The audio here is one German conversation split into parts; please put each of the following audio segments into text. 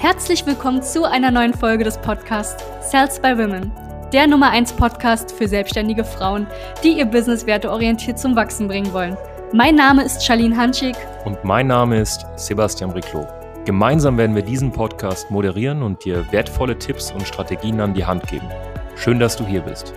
Herzlich willkommen zu einer neuen Folge des Podcasts Sales by Women, der Nummer 1 Podcast für selbstständige Frauen, die ihr Business werteorientiert zum Wachsen bringen wollen. Mein Name ist Charlene Hanschig. Und mein Name ist Sebastian Briclot. Gemeinsam werden wir diesen Podcast moderieren und dir wertvolle Tipps und Strategien an die Hand geben. Schön, dass du hier bist.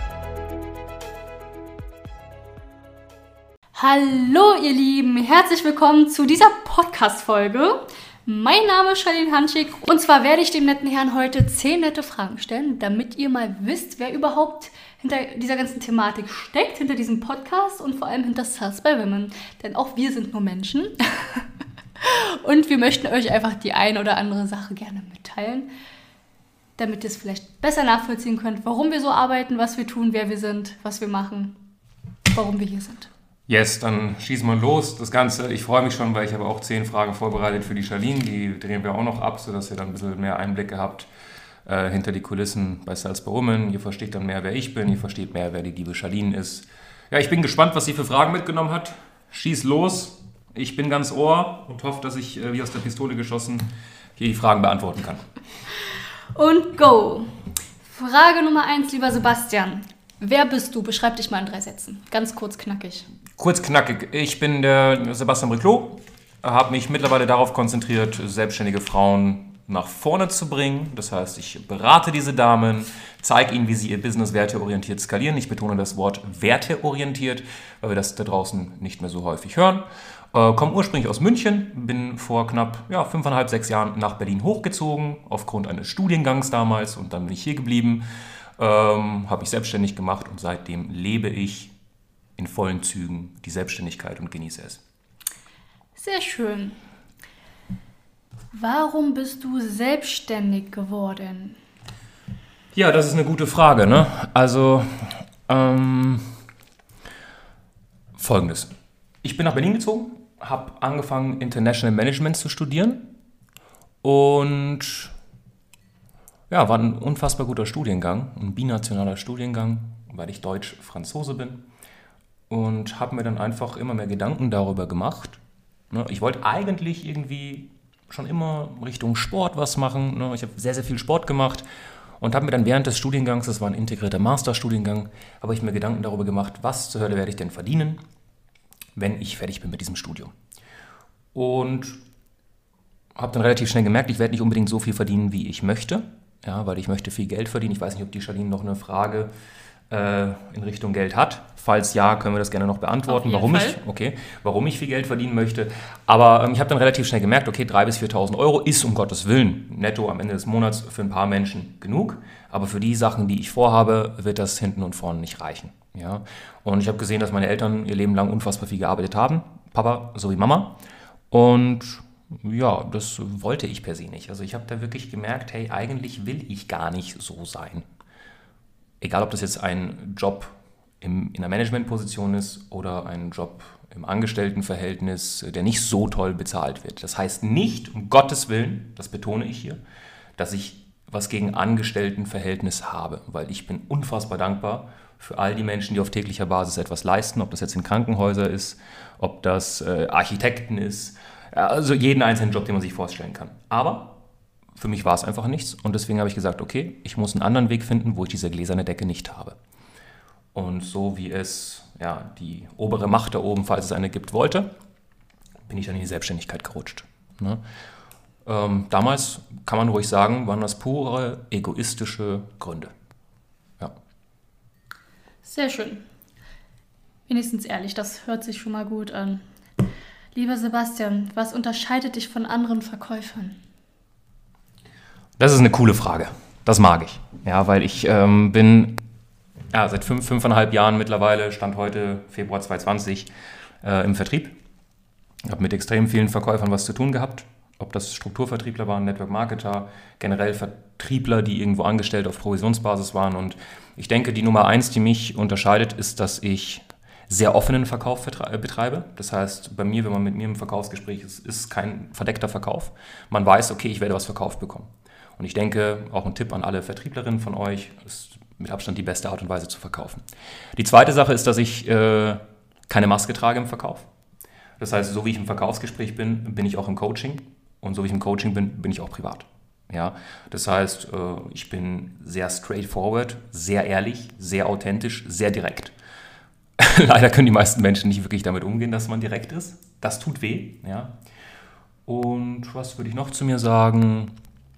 Hallo ihr Lieben, herzlich willkommen zu dieser Podcast-Folge. Mein Name ist Charlene Hanschig und zwar werde ich dem netten Herrn heute 10 nette Fragen stellen, damit ihr mal wisst, wer überhaupt hinter dieser ganzen Thematik steckt, hinter diesem Podcast und vor allem hinter Sales by Women. Denn auch wir sind nur Menschen und wir möchten euch einfach die ein oder andere Sache gerne mitteilen, damit ihr es vielleicht besser nachvollziehen könnt, warum wir so arbeiten, was wir tun, wer wir sind, was wir machen, warum wir hier sind. Yes, dann schießen wir los. Das Ganze, ich freue mich schon, weil ich habe auch 10 Fragen vorbereitet für die Charlene. Die drehen wir auch noch ab, sodass ihr dann ein bisschen mehr Einblicke habt hinter die Kulissen bei Sales by Women. Ihr versteht dann mehr, wer ich bin. Ihr versteht mehr, wer die liebe Charlene ist. Ja, ich bin gespannt, was sie für Fragen mitgenommen hat. Schieß los. Ich bin ganz Ohr und hoffe, dass ich wie aus der Pistole geschossen hier die Fragen beantworten kann. Und go! Frage Nummer 1, lieber Sebastian. Wer bist du? Beschreib dich mal in 3 Sätzen. Ganz kurz, knackig. Kurz, knackig. Ich bin der Sebastian Briclot, habe mich mittlerweile darauf konzentriert, selbstständige Frauen nach vorne zu bringen. Das heißt, ich berate diese Damen, zeige ihnen, wie sie ihr Business werteorientiert skalieren. Ich betone das Wort werteorientiert, weil wir das da draußen nicht mehr so häufig hören. Komme ursprünglich aus München, bin vor knapp 5,5, 6 Jahren nach Berlin hochgezogen, aufgrund eines Studiengangs damals, und dann bin ich hier geblieben. Habe mich selbstständig gemacht und seitdem lebe ich in vollen Zügen die Selbstständigkeit und genieße es. Sehr schön. Warum bist du selbstständig geworden? Ja, das ist eine gute Frage, ne? Also, Folgendes. Ich bin nach Berlin gezogen, habe angefangen, International Management zu studieren und ja, war ein unfassbar guter Studiengang, ein binationaler Studiengang, weil ich Deutsch-Franzose bin, und habe mir dann einfach immer mehr Gedanken darüber gemacht. Ich wollte eigentlich irgendwie schon immer Richtung Sport was machen. Ich habe sehr, sehr viel Sport gemacht und habe mir dann während des Studiengangs, das war ein integrierter Masterstudiengang, habe ich mir Gedanken darüber gemacht, was zur Hölle werde ich denn verdienen, wenn ich fertig bin mit diesem Studium. Und habe dann relativ schnell gemerkt, ich werde nicht unbedingt so viel verdienen, wie ich möchte. Ja, weil ich möchte viel Geld verdienen. Ich weiß nicht, ob die Charlene noch eine Frage in Richtung Geld hat. Falls ja, können wir das gerne noch beantworten, warum ich viel Geld verdienen möchte. Aber ich habe dann relativ schnell gemerkt, okay, 3.000 bis 4.000 Euro ist um Gottes Willen netto am Ende des Monats für ein paar Menschen genug. Aber für die Sachen, die ich vorhabe, wird das hinten und vorne nicht reichen. Ja? Und ich habe gesehen, dass meine Eltern ihr Leben lang unfassbar viel gearbeitet haben. Papa sowie Mama. Und ja, das wollte ich per se nicht. Also ich habe da wirklich gemerkt, hey, eigentlich will ich gar nicht so sein. Egal, ob das jetzt ein Job in einer Managementposition ist oder ein Job im Angestelltenverhältnis, der nicht so toll bezahlt wird. Das heißt nicht, um Gottes Willen, das betone ich hier, dass ich was gegen Angestelltenverhältnis habe, weil ich bin unfassbar dankbar für all die Menschen, die auf täglicher Basis etwas leisten, ob das jetzt in Krankenhäusern ist, ob das Architekten ist, also jeden einzelnen Job, den man sich vorstellen kann. Aber für mich war es einfach nichts und deswegen habe ich gesagt, okay, ich muss einen anderen Weg finden, wo ich diese gläserne Decke nicht habe. Und so wie es die obere Macht da oben, falls es eine gibt, wollte, bin ich dann in die Selbstständigkeit gerutscht. Ne? Damals, kann man ruhig sagen, waren das pure egoistische Gründe. Ja. Sehr schön. Wenigstens ehrlich, das hört sich schon mal gut an. Lieber Sebastian, was unterscheidet dich von anderen Verkäufern? Das ist eine coole Frage. Das mag ich. Ja, weil ich bin seit 5,5 Jahren mittlerweile, Stand heute Februar 2020, im Vertrieb. Ich habe mit extrem vielen Verkäufern was zu tun gehabt. Ob das Strukturvertriebler waren, Network-Marketer, generell Vertriebler, die irgendwo angestellt auf Provisionsbasis waren. Und ich denke, die Nummer 1, die mich unterscheidet, ist, dass ich sehr offenen Verkauf betreibe. Das heißt, bei mir, wenn man mit mir im Verkaufsgespräch ist, ist kein verdeckter Verkauf. Man weiß, okay, ich werde was verkauft bekommen. Und ich denke, auch ein Tipp an alle Vertrieblerinnen von euch, ist mit Abstand die beste Art und Weise zu verkaufen. Die zweite Sache ist, dass ich keine Maske trage im Verkauf. Das heißt, so wie ich im Verkaufsgespräch bin, bin ich auch im Coaching. Und so wie ich im Coaching bin, bin ich auch privat. Ja, das heißt, ich bin sehr straightforward, sehr ehrlich, sehr authentisch, sehr direkt. Leider können die meisten Menschen nicht wirklich damit umgehen, dass man direkt ist. Das tut weh. Ja. Und was würde ich noch zu mir sagen?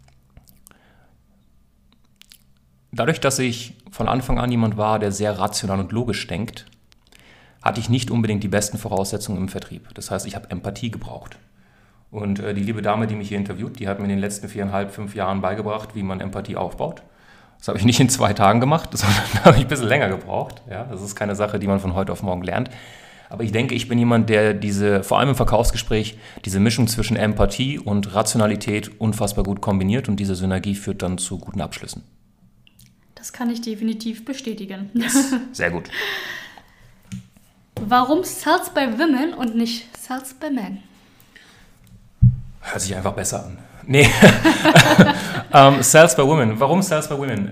Dadurch, dass ich von Anfang an jemand war, der sehr rational und logisch denkt, hatte ich nicht unbedingt die besten Voraussetzungen im Vertrieb. Das heißt, ich habe Empathie gebraucht. Und die liebe Dame, die mich hier interviewt, die hat mir in den letzten 4,5, 5 Jahren beigebracht, wie man Empathie aufbaut. Das habe ich nicht in 2 Tagen gemacht, sondern da habe ich ein bisschen länger gebraucht. Ja, das ist keine Sache, die man von heute auf morgen lernt. Aber ich denke, ich bin jemand, der vor allem im Verkaufsgespräch, diese Mischung zwischen Empathie und Rationalität unfassbar gut kombiniert und diese Synergie führt dann zu guten Abschlüssen. Das kann ich definitiv bestätigen. Yes, sehr gut. Warum Sales by Women und nicht Sales by Men? Hört sich einfach besser an. Nee. Sales by Women. Warum Sales by Women?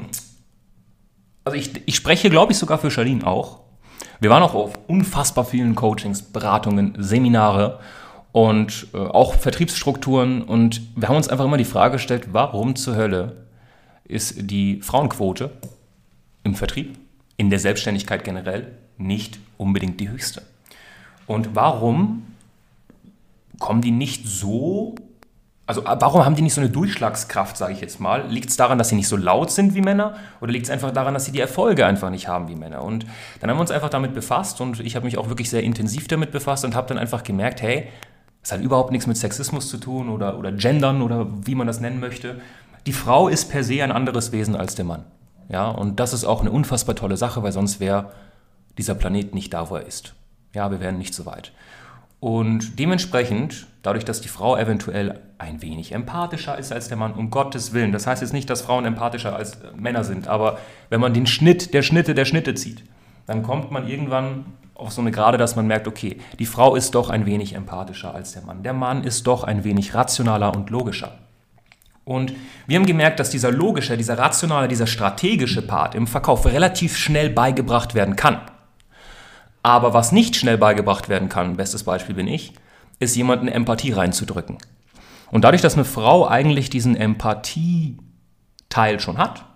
Also ich spreche, glaube ich, sogar für Charlene auch. Wir waren auch auf unfassbar vielen Coachings, Beratungen, Seminare und auch Vertriebsstrukturen. Und wir haben uns einfach immer die Frage gestellt, warum zur Hölle ist die Frauenquote im Vertrieb, in der Selbstständigkeit generell, nicht unbedingt die höchste? Und warum kommen die nicht so, also warum haben die nicht so eine Durchschlagskraft, sage ich jetzt mal? Liegt es daran, dass sie nicht so laut sind wie Männer oder liegt es einfach daran, dass sie die Erfolge einfach nicht haben wie Männer? Und dann haben wir uns einfach damit befasst und ich habe mich auch wirklich sehr intensiv damit befasst und habe dann einfach gemerkt, hey, das hat überhaupt nichts mit Sexismus zu tun oder Gendern oder wie man das nennen möchte. Die Frau ist per se ein anderes Wesen als der Mann. Ja, und das ist auch eine unfassbar tolle Sache, weil sonst wäre dieser Planet nicht da, wo er ist. Ja, wir wären nicht so weit. Und dementsprechend, dadurch, dass die Frau eventuell ein wenig empathischer ist als der Mann, um Gottes Willen, das heißt jetzt nicht, dass Frauen empathischer als Männer sind, aber wenn man den Schnitt der Schnitte zieht, dann kommt man irgendwann auf so eine Gerade, dass man merkt, okay, die Frau ist doch ein wenig empathischer als der Mann ist doch ein wenig rationaler und logischer. Und wir haben gemerkt, dass dieser logische, dieser rationale, dieser strategische Part im Verkauf relativ schnell beigebracht werden kann. Aber was nicht schnell beigebracht werden kann, bestes Beispiel bin ich, ist jemandem Empathie reinzudrücken. Und dadurch, dass eine Frau eigentlich diesen Empathie-Teil schon hat,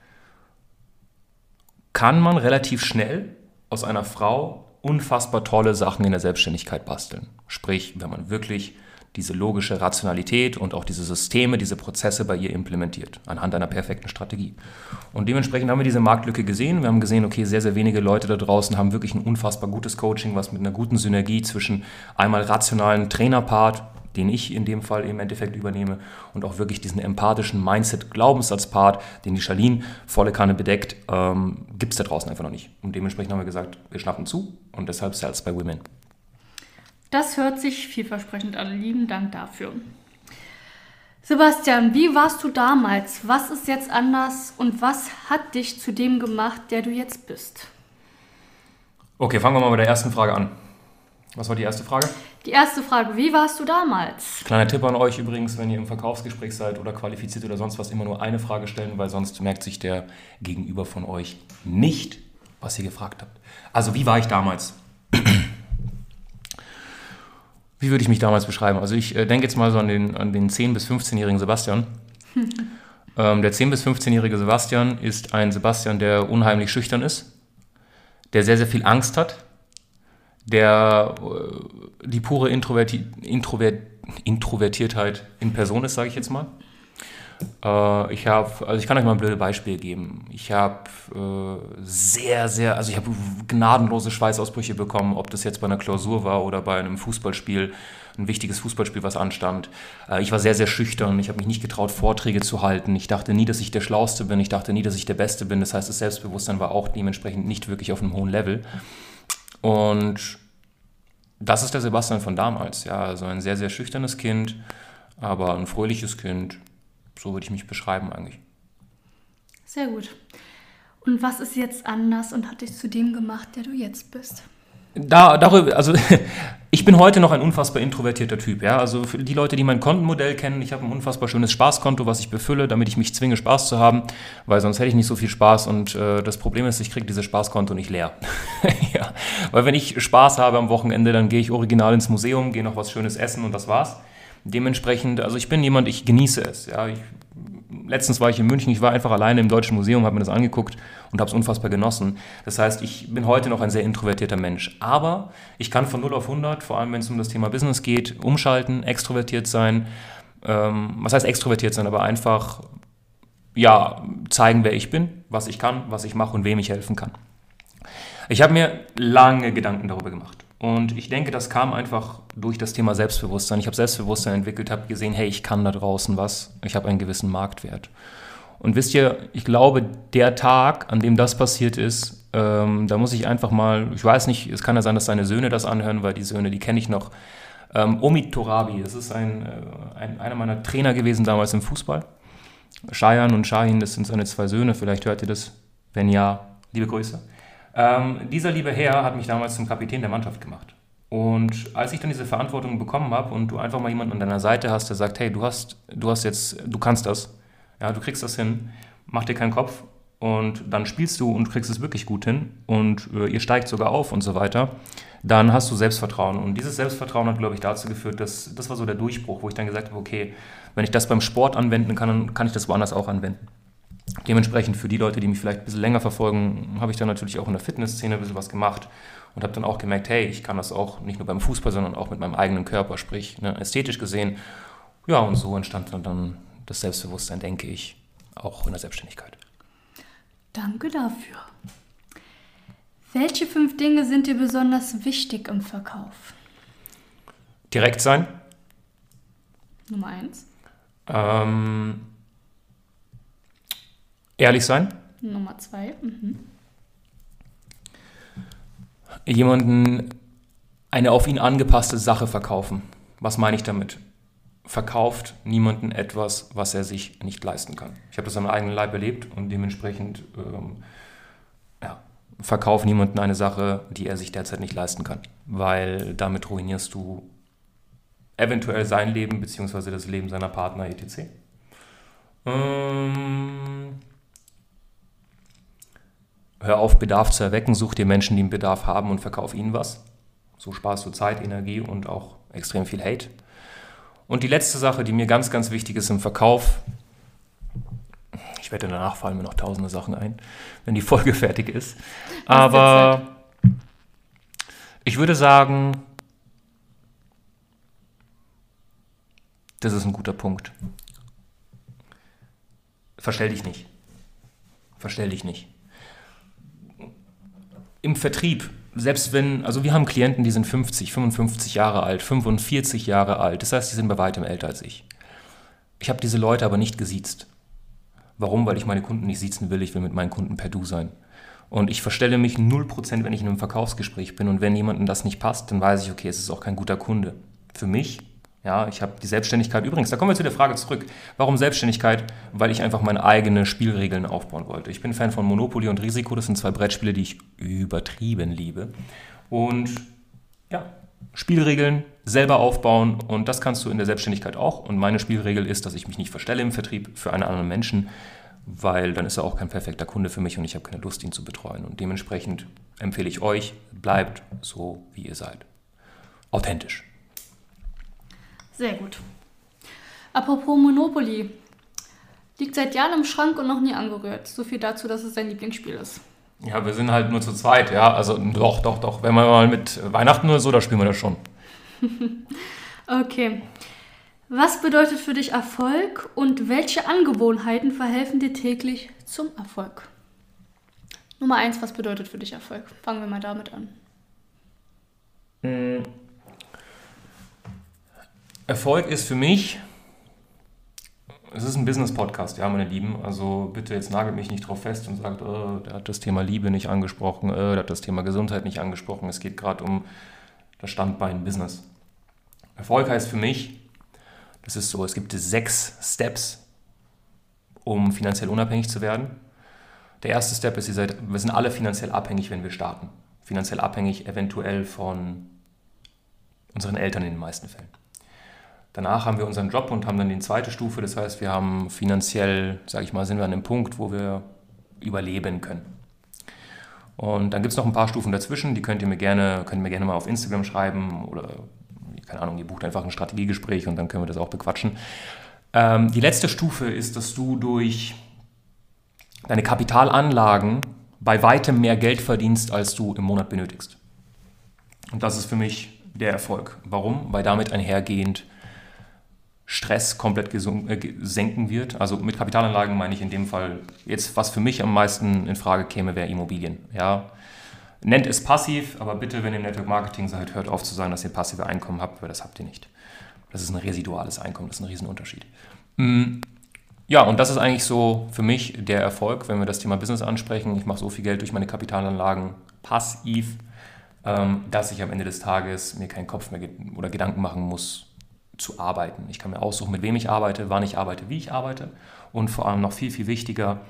kann man relativ schnell aus einer Frau unfassbar tolle Sachen in der Selbstständigkeit basteln. Sprich, wenn man wirklich diese logische Rationalität und auch diese Systeme, diese Prozesse bei ihr implementiert, anhand einer perfekten Strategie. Und dementsprechend haben wir diese Marktlücke gesehen. Wir haben gesehen, okay, sehr, sehr wenige Leute da draußen haben wirklich ein unfassbar gutes Coaching, was mit einer guten Synergie zwischen einmal rationalen Trainerpart, den ich in dem Fall im Endeffekt übernehme, und auch wirklich diesen empathischen Mindset-Glaubensatzpart, den die Charlene volle Kanne bedeckt, gibt es da draußen einfach noch nicht. Und dementsprechend haben wir gesagt, wir schnappen zu und deshalb Sales by Women. Das hört sich vielversprechend an. Lieben Dank dafür. Sebastian, wie warst du damals? Was ist jetzt anders und was hat dich zu dem gemacht, der du jetzt bist? Okay, fangen wir mal mit der ersten Frage an. Was war die erste Frage? Die erste Frage, wie warst du damals? Kleiner Tipp an euch übrigens, wenn ihr im Verkaufsgespräch seid oder qualifiziert oder sonst was, immer nur eine Frage stellen, weil sonst merkt sich der Gegenüber von euch nicht, was ihr gefragt habt. Also, wie war ich damals? Wie würde ich mich damals beschreiben? Also ich denke jetzt mal so an den 10- bis 15-jährigen Sebastian. Der 10- bis 15-jährige Sebastian ist ein Sebastian, der unheimlich schüchtern ist, der sehr, sehr viel Angst hat, der die pure Introvertiertheit in Person ist, sage ich jetzt mal. Ich kann euch mal ein blödes Beispiel geben. Ich habe ich habe gnadenlose Schweißausbrüche bekommen, ob das jetzt bei einer Klausur war oder bei einem Fußballspiel, ein wichtiges Fußballspiel, was anstand. Ich war sehr, sehr schüchtern. Ich habe mich nicht getraut, Vorträge zu halten. Ich dachte nie, dass ich der Schlauste bin. Ich dachte nie, dass ich der Beste bin. Das heißt, das Selbstbewusstsein war auch dementsprechend nicht wirklich auf einem hohen Level. Und das ist der Sebastian von damals. Ja, also ein sehr, sehr schüchternes Kind, aber ein fröhliches Kind. So würde ich mich beschreiben eigentlich. Sehr gut. Und was ist jetzt anders und hat dich zu dem gemacht, der du jetzt bist? Ich bin heute noch ein unfassbar introvertierter Typ. Ja? Also für die Leute, die mein Kontenmodell kennen, ich habe ein unfassbar schönes Spaßkonto, was ich befülle, damit ich mich zwinge, Spaß zu haben, weil sonst hätte ich nicht so viel Spaß und das Problem ist, ich kriege dieses Spaßkonto nicht leer. Ja. Weil wenn ich Spaß habe am Wochenende, dann gehe ich original ins Museum, gehe noch was Schönes essen und das war's. Dementsprechend, also ich bin jemand, ich genieße es. Ja. Letztens war ich in München, ich war einfach alleine im Deutschen Museum, habe mir das angeguckt und habe es unfassbar genossen. Das heißt, ich bin heute noch ein sehr introvertierter Mensch. Aber ich kann von 0 auf 100, vor allem wenn es um das Thema Business geht, umschalten, extrovertiert sein. Was heißt extrovertiert sein? Aber einfach zeigen, wer ich bin, was ich kann, was ich mache und wem ich helfen kann. Ich habe mir lange Gedanken darüber gemacht. Und ich denke, das kam einfach durch das Thema Selbstbewusstsein. Ich habe Selbstbewusstsein entwickelt, habe gesehen, hey, ich kann da draußen was, ich habe einen gewissen Marktwert. Und wisst ihr, ich glaube, der Tag, an dem das passiert ist, da muss ich einfach mal, ich weiß nicht, es kann ja sein, dass seine Söhne das anhören, weil die Söhne, die kenne ich noch. Omid Torabi, das ist einer meiner Trainer gewesen damals im Fußball. Shayan und Shahin, das sind seine 2 Söhne, vielleicht hört ihr das. Wenn ja, liebe Grüße. Dieser liebe Herr hat mich damals zum Kapitän der Mannschaft gemacht. Und als ich dann diese Verantwortung bekommen habe und du einfach mal jemanden an deiner Seite hast, der sagt, hey, du kannst das, ja, du kriegst das hin, mach dir keinen Kopf und dann spielst du und kriegst es wirklich gut hin und ihr steigt sogar auf und so weiter, dann hast du Selbstvertrauen. Und dieses Selbstvertrauen hat, glaube ich, dazu geführt, dass das war so der Durchbruch, wo ich dann gesagt habe, okay, wenn ich das beim Sport anwenden kann, dann kann ich das woanders auch anwenden. Dementsprechend für die Leute, die mich vielleicht ein bisschen länger verfolgen, habe ich dann natürlich auch in der Fitnessszene ein bisschen was gemacht und habe dann auch gemerkt, hey, ich kann das auch nicht nur beim Fußball, sondern auch mit meinem eigenen Körper, sprich ästhetisch gesehen. Ja, und so entstand dann das Selbstbewusstsein, denke ich, auch in der Selbstständigkeit. Danke dafür. Welche 5 Dinge sind dir besonders wichtig im Verkauf? Direkt sein. Nummer 1. Ehrlich sein. Nummer 2. Jemanden eine auf ihn angepasste Sache verkaufen. Was meine ich damit? Verkauft niemanden etwas, was er sich nicht leisten kann. Ich habe das an meinem eigenen Leib erlebt und dementsprechend verkauf niemanden eine Sache, die er sich derzeit nicht leisten kann. Weil damit ruinierst du eventuell sein Leben bzw. das Leben seiner Partner etc. Hör auf, Bedarf zu erwecken, such dir Menschen, die einen Bedarf haben und verkauf ihnen was. So sparst du Zeit, Energie und auch extrem viel Hate. Und die letzte Sache, die mir ganz, ganz wichtig ist im Verkauf, ich wette, danach fallen mir noch tausende Sachen ein, wenn die Folge fertig ist. Aber ich würde sagen, das ist ein guter Punkt. Verstell dich nicht. Verstell dich nicht. Im Vertrieb, selbst wenn, also wir haben Klienten, die sind 50, 55 Jahre alt, 45 Jahre alt. Das heißt, die sind bei weitem älter als ich. Ich habe diese Leute aber nicht gesiezt. Warum? Weil ich meine Kunden nicht siezen will. Ich will mit meinen Kunden per Du sein. Und ich verstelle mich 0%, wenn ich in einem Verkaufsgespräch bin. Und wenn jemandem das nicht passt, dann weiß ich, okay, es ist auch kein guter Kunde. Für mich, ja, ich habe die Selbstständigkeit. Übrigens, da kommen wir zu der Frage zurück. Warum Selbstständigkeit? Weil ich einfach meine eigenen Spielregeln aufbauen wollte. Ich bin Fan von Monopoly und Risiko. Das sind 2 Brettspiele, die ich übertrieben liebe. Und ja, Spielregeln selber aufbauen. Und das kannst du in der Selbstständigkeit auch. Und meine Spielregel ist, dass ich mich nicht verstelle im Vertrieb für einen anderen Menschen, weil dann ist er auch kein perfekter Kunde für mich und ich habe keine Lust, ihn zu betreuen. Und dementsprechend empfehle ich euch, bleibt so, wie ihr seid. Authentisch. Sehr gut. Apropos Monopoly. Liegt seit Jahren im Schrank und noch nie angerührt. So viel dazu, dass es dein Lieblingsspiel ist. Ja, wir sind halt nur zu zweit, ja. Also doch. Wenn wir mal mit Weihnachten oder so, da spielen wir das schon. Okay. Was bedeutet für dich Erfolg und welche Angewohnheiten verhelfen dir täglich zum Erfolg? Nummer 1, was bedeutet für dich Erfolg? Fangen wir mal damit an. Erfolg ist für mich, es ist ein Business-Podcast, ja, meine Lieben. Also bitte jetzt nagelt mich nicht drauf fest und sagt, der hat das Thema Liebe nicht angesprochen, der hat das Thema Gesundheit nicht angesprochen. Es geht gerade um das Standbein Business. Erfolg heißt für mich, das ist so, es gibt 6 Steps, um finanziell unabhängig zu werden. Der erste Step ist, wir sind alle finanziell abhängig, wenn wir starten. Finanziell abhängig eventuell von unseren Eltern in den meisten Fällen. Danach haben wir unseren Job und haben dann die zweite Stufe, das heißt, wir haben finanziell, sage ich mal, sind wir an dem Punkt, wo wir überleben können. Und dann gibt es noch ein paar Stufen dazwischen, die könnt ihr mir gerne mal auf Instagram schreiben oder ihr keine Ahnung, ihr bucht einfach ein Strategiegespräch und dann können wir das auch bequatschen. Die letzte Stufe ist, dass du durch deine Kapitalanlagen bei weitem mehr Geld verdienst, als du im Monat benötigst. Und das ist für mich der Erfolg. Warum? Weil damit einhergehend Stress komplett senken wird. Also mit Kapitalanlagen meine ich in dem Fall jetzt, was für mich am meisten in Frage käme, wäre Immobilien. Ja. Nennt es passiv, aber bitte, wenn ihr im Network Marketing seid, hört auf zu sagen, dass ihr passive Einkommen habt, weil das habt ihr nicht. Das ist ein residuales Einkommen, das ist ein Riesenunterschied. Ja, und das ist eigentlich so für mich der Erfolg, wenn wir das Thema Business ansprechen. Ich mache so viel Geld durch meine Kapitalanlagen passiv, dass ich am Ende des Tages mir keinen Kopf mehr oder Gedanken machen muss, zu arbeiten. Ich kann mir aussuchen, mit wem ich arbeite, wann ich arbeite, wie ich arbeite und vor allem noch viel, viel wichtiger,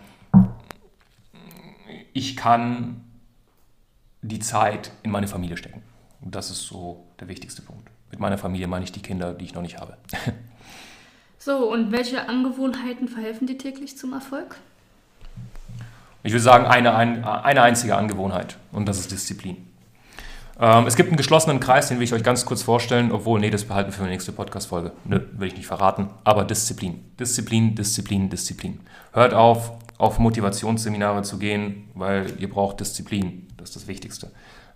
ich kann die Zeit in meine Familie stecken. Und das ist so der wichtigste Punkt. Mit meiner Familie meine ich die Kinder, die ich noch nicht habe. So, und welche Angewohnheiten verhelfen dir täglich zum Erfolg? Ich würde sagen, eine einzige Angewohnheit und das ist Disziplin. Es gibt einen geschlossenen Kreis, den will ich euch ganz kurz vorstellen, obwohl, das behalten wir für die nächste Podcast-Folge. Will ich nicht verraten, aber Disziplin. Disziplin, Disziplin, Disziplin. Hört auf Motivationsseminare zu gehen, weil ihr braucht Disziplin. Das ist das Wichtigste.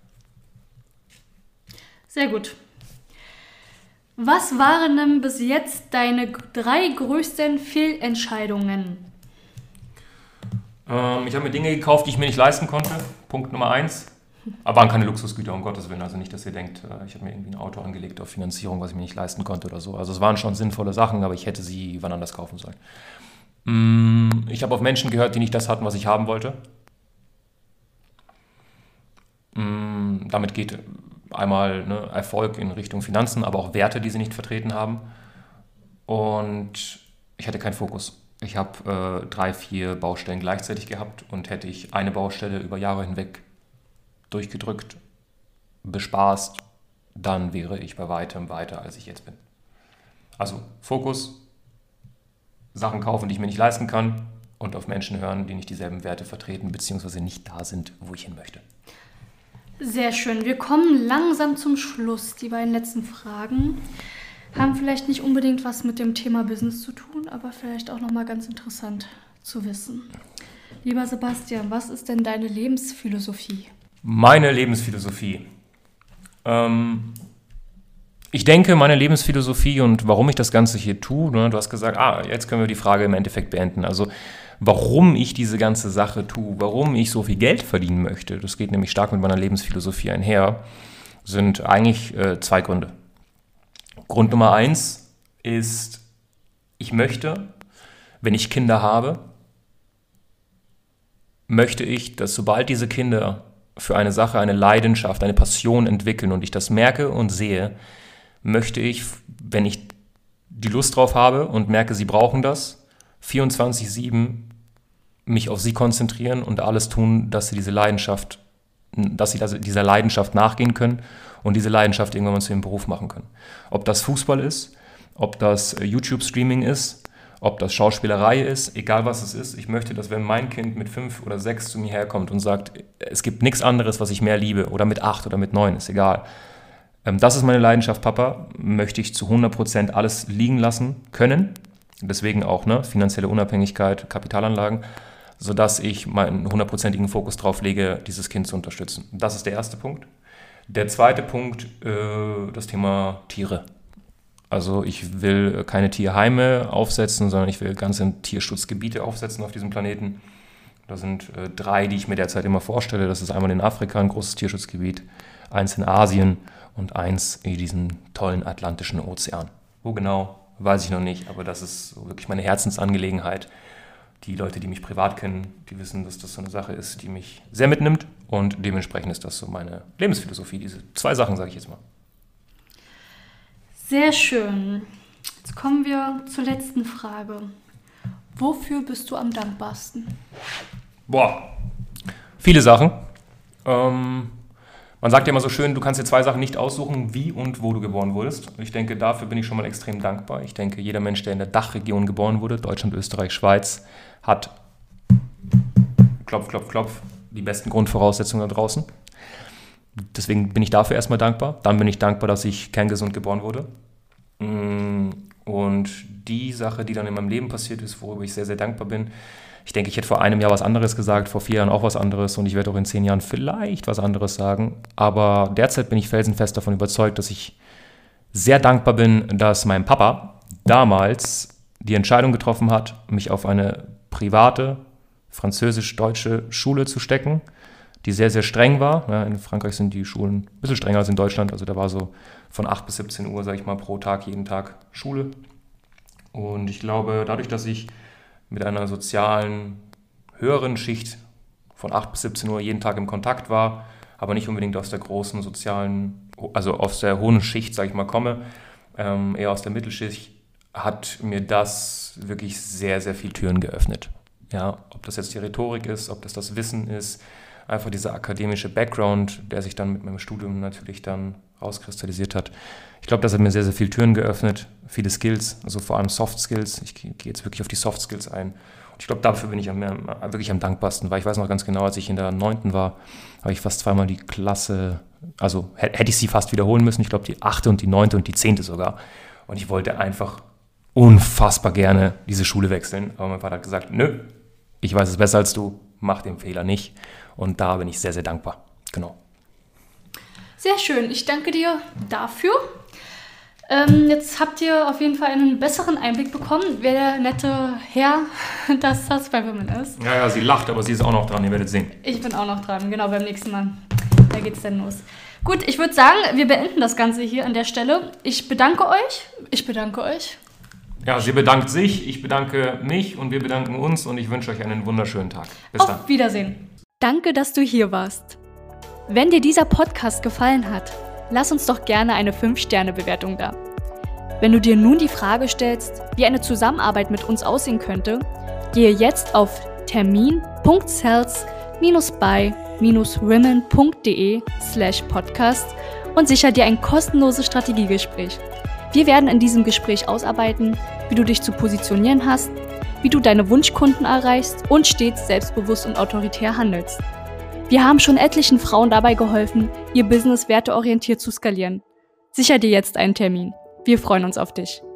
Sehr gut. Was waren denn bis jetzt deine 3 größten Fehlentscheidungen? Ich habe mir Dinge gekauft, die ich mir nicht leisten konnte. Punkt Nummer 1. Aber waren keine Luxusgüter, um Gottes Willen. Also nicht, dass ihr denkt, ich habe mir irgendwie ein Auto angelegt auf Finanzierung, was ich mir nicht leisten konnte oder so. Also es waren schon sinnvolle Sachen, aber ich hätte sie wann anders kaufen sollen. Ich habe auf Menschen gehört, die nicht das hatten, was ich haben wollte. Damit geht einmal Erfolg in Richtung Finanzen, aber auch Werte, die sie nicht vertreten haben. Und ich hatte keinen Fokus. Ich habe 3, 4 Baustellen gleichzeitig gehabt und hätte ich eine Baustelle über Jahre hinweg durchgedrückt, bespaßt, dann wäre ich bei weitem weiter, als ich jetzt bin. Also Fokus, Sachen kaufen, die ich mir nicht leisten kann und auf Menschen hören, die nicht dieselben Werte vertreten, beziehungsweise nicht da sind, wo ich hin möchte. Sehr schön. Wir kommen langsam zum Schluss. Die beiden letzten Fragen haben vielleicht nicht unbedingt was mit dem Thema Business zu tun, aber vielleicht auch nochmal ganz interessant zu wissen. Lieber Sebastian, was ist denn deine Lebensphilosophie? Meine Lebensphilosophie. Ich denke, meine Lebensphilosophie und warum ich das Ganze hier tue, du hast gesagt, jetzt können wir die Frage im Endeffekt beenden. Also warum ich diese ganze Sache tue, warum ich so viel Geld verdienen möchte, das geht nämlich stark mit meiner Lebensphilosophie einher, sind eigentlich 2 Gründe. Grund Nummer 1 ist, ich möchte, wenn ich Kinder habe, möchte ich, dass sobald diese Kinder für eine Sache eine Leidenschaft, eine Passion entwickeln und ich das merke und sehe, möchte ich, wenn ich die Lust drauf habe und merke, sie brauchen das, 24/7 mich auf sie konzentrieren und alles tun, dass sie dieser Leidenschaft nachgehen können und diese Leidenschaft irgendwann mal zu ihrem Beruf machen können. Ob das Fußball ist, ob das YouTube-Streaming ist, ob das Schauspielerei ist, egal was es ist, ich möchte, dass wenn mein Kind mit 5 oder 6 zu mir herkommt und sagt, es gibt nichts anderes, was ich mehr liebe, oder mit 8 oder mit 9, ist egal. Das ist meine Leidenschaft, Papa, möchte ich zu 100% alles liegen lassen können, deswegen auch finanzielle Unabhängigkeit, Kapitalanlagen, sodass ich meinen 100%igen Fokus drauf lege, dieses Kind zu unterstützen. Das ist der erste Punkt. Der zweite Punkt, das Thema Tiere. Also ich will keine Tierheime aufsetzen, sondern ich will ganze Tierschutzgebiete aufsetzen auf diesem Planeten. Da sind 3, die ich mir derzeit immer vorstelle. Das ist einmal in Afrika ein großes Tierschutzgebiet, 1 in Asien und 1 in diesem tollen Atlantischen Ozean. Wo genau, weiß ich noch nicht, aber das ist wirklich meine Herzensangelegenheit. Die Leute, die mich privat kennen, die wissen, dass das so eine Sache ist, die mich sehr mitnimmt und dementsprechend ist das so meine Lebensphilosophie. Diese 2 Sachen, sage ich jetzt mal. Sehr schön. Jetzt kommen wir zur letzten Frage. Wofür bist du am dankbarsten? Viele Sachen. Man sagt ja immer so schön, du kannst dir 2 Sachen nicht aussuchen, wie und wo du geboren wurdest. Ich denke, dafür bin ich schon mal extrem dankbar. Ich denke, jeder Mensch, der in der Dachregion geboren wurde, Deutschland, Österreich, Schweiz, hat, klopf, klopf, klopf, die besten Grundvoraussetzungen da draußen. Deswegen bin ich dafür erstmal dankbar. Dann bin ich dankbar, dass ich kerngesund geboren wurde. Und die Sache, die dann in meinem Leben passiert ist, worüber ich sehr, sehr dankbar bin, ich denke, ich hätte vor einem Jahr was anderes gesagt, vor 4 Jahren auch was anderes und ich werde auch in 10 Jahren vielleicht was anderes sagen. Aber derzeit bin ich felsenfest davon überzeugt, dass ich sehr dankbar bin, dass mein Papa damals die Entscheidung getroffen hat, mich auf eine private französisch-deutsche Schule zu stecken, die sehr, sehr streng war. Ja, in Frankreich sind die Schulen ein bisschen strenger als in Deutschland. Also da war so von 8 bis 17 Uhr, sage ich mal, pro Tag, jeden Tag Schule. Und ich glaube, dadurch, dass ich mit einer sozialen, höheren Schicht von 8 bis 17 Uhr jeden Tag im Kontakt war, aber nicht unbedingt aus der großen sozialen, also aus der hohen Schicht, sage ich mal, komme, eher aus der Mittelschicht, hat mir das wirklich sehr, sehr viel Türen geöffnet. Ja, ob das jetzt die Rhetorik ist, ob das Wissen ist, einfach dieser akademische Background, der sich dann mit meinem Studium natürlich dann rauskristallisiert hat. Ich glaube, das hat mir sehr, sehr viele Türen geöffnet, viele Skills, also vor allem Soft Skills. Ich gehe jetzt wirklich auf die Soft Skills ein. Und ich glaube, dafür bin ich wirklich am dankbarsten, weil ich weiß noch ganz genau, als ich in der 9. war, habe ich fast zweimal die Klasse, also hätte ich sie fast wiederholen müssen. Ich glaube, die 8. und die 9. und die 10. sogar. Und ich wollte einfach unfassbar gerne diese Schule wechseln. Aber mein Vater hat gesagt, nö, ich weiß es besser als du, mach den Fehler nicht. Und da bin ich sehr, sehr dankbar. Genau. Sehr schön, ich danke dir dafür. Jetzt habt ihr auf jeden Fall einen besseren Einblick bekommen, wer der nette Herr das bei Women ist. Ja, sie lacht, aber sie ist auch noch dran, ihr werdet sehen. Ich bin auch noch dran, genau, beim nächsten Mal. Da geht's dann los. Gut, ich würde sagen, wir beenden das Ganze hier an der Stelle. Ich bedanke euch. Ja, sie bedankt sich, ich bedanke mich und wir bedanken uns und ich wünsche euch einen wunderschönen Tag. Bis dann. Auf Wiedersehen. Danke, dass du hier warst. Wenn dir dieser Podcast gefallen hat, lass uns doch gerne eine 5-Sterne-Bewertung da. Wenn du dir nun die Frage stellst, wie eine Zusammenarbeit mit uns aussehen könnte, gehe jetzt auf termin.sales-by-women.de/podcast und sicher dir ein kostenloses Strategiegespräch. Wir werden in diesem Gespräch ausarbeiten, wie du dich zu positionieren hast, wie du deine Wunschkunden erreichst und stets selbstbewusst und autoritär handelst. Wir haben schon etlichen Frauen dabei geholfen, ihr Business werteorientiert zu skalieren. Sicher dir jetzt einen Termin. Wir freuen uns auf dich.